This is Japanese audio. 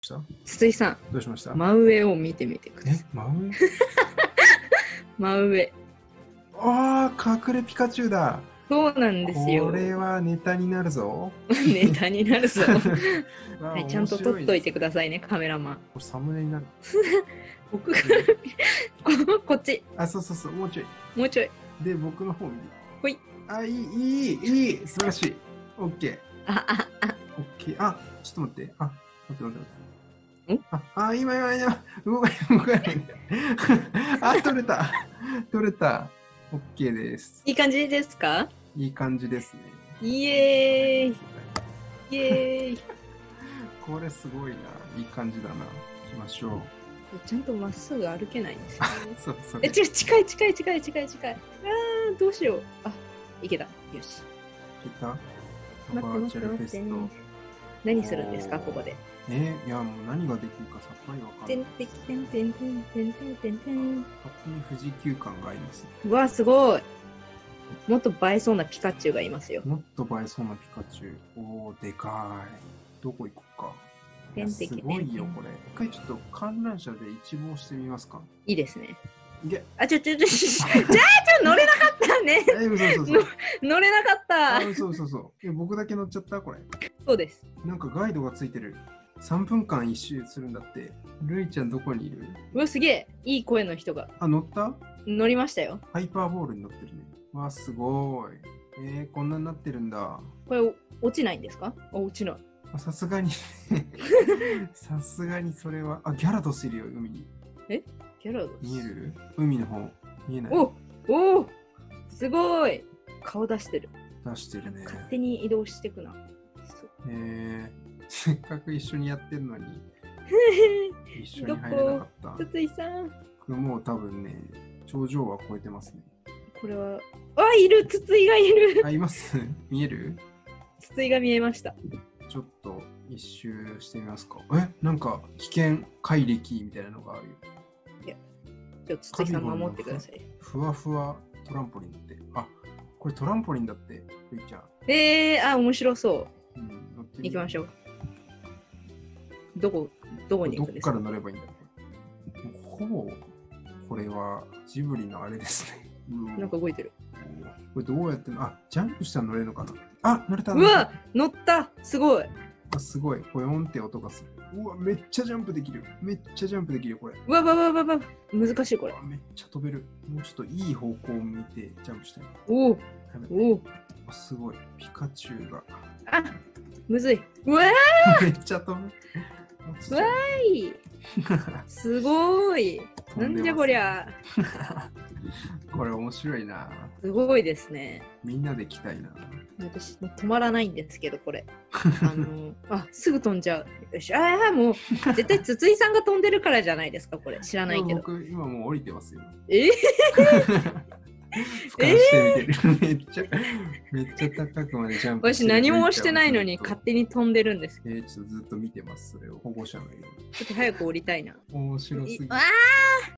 筒井さん、 どうしました？ 真上を見てみてください。 真上真上。 ああ、隠れピカチュウだ。 そうなんですよ。 これはネタになるぞ。 ネタになるぞ。はい、ちゃんと撮っといてくだださいね、カメラマン。 これサムネになる。 僕こっち。 あ、そうそうそう、もうちょい。 もうちょい。 で、僕の方見る。 ほい。 あ、いい、素晴らしい。オッケー。オッケー。あ、ちょっと待って。あ、待って。今、動かない。あ、取れた。オッケーです。 いい感じですか？ いい感じですね。 イエーイ。イエーイ。 これすごいな。いい感じだな。行きましょう。 ちゃんとまっすぐ歩けないんですよ、ね。 そう近い。あー、どうしよう。あ、いけた。よし。 いけた？ 待って。何するんですか、ここで。 いや、もう何ができるかさっぱりわかんない。 てん。 勝手に富士急感がありますね。 うわ、すごい。もっと映えそうなピカチュウがいますよ。 もっと映えそうなピカチュウ。おー、でかい。どこ行こうか。すごいよ、これ。一回ちょっと観覧車で一望してみますか。 いいですね。 あ、 じゃあ乗れなかったね。乗れなかった。 嘘。僕だけ乗っちゃったこれ。 そうです。 なんかガイドがついてる。3分間一周するんだって。ルイちゃんどこにいる？ うわ、すげえ。いい声の人が。 あ、乗った？ 乗りましたよ。 ハイパーボールに乗ってるね。わ、すごい。こんなになってるんだ。 これ、落ちないんですか？落ちない。 さすがにさすがにそれは。あ、ギャラドスいるよ、海に。 ギャラドス見える？海の方。見えない？ おすごい。顔出してる。 出してるね。 勝手に移動していくな。 せっかく一緒にやってるのに一緒に入れなかった。 筒井さん。 これもう多分ね、頂上は超えてますね。 これは、いる！筒井がいる！ います見える？ 筒井が見えました。 ちょっと一周してみますか。なんか危険怪力みたいなのがあるよ。 いや、ちょっと筒井さん守ってください。 ふわふわトランポリンって。あ、これトランポリンだって、ルイちゃん。 面白そう。 乗って行きましょう。どこに行くんですか？ どっから乗ればいいんだろう。ほぼ、これはジブリのあれですね。 なんか動いてる。 これどうやってジャンプしたら乗れるのかな？あ、乗れた。 うわ、乗った！すごい。 すごい。ポヨンって音がする。うわ、めっちゃジャンプできる、これ。 うわ、難しい、これ。 めっちゃ飛べる。もうちょっといい方向を見てジャンプしたい。 おすごい。ピカチュウが。 あ、むずい。うわめっちゃ飛ぶ。 うわーい。すごい。なんじゃこりゃ。 これ面白いな。 すごいですね。 みんなで来たいな。 私止まらないんですけど、これ。すぐ飛んじゃう。よし。もう、絶対筒井さんが飛んでるからじゃないですか、これ。知らないけど。 僕、今もう降りてますよ。俯瞰して見てる。めっちゃ高くまでジャンプしてる。 私何もしてないのに勝手に飛んでるんです。 ちょっとずっと見てます。それを保護者のように。 ちょっと早く降りたいな。 面白すぎる。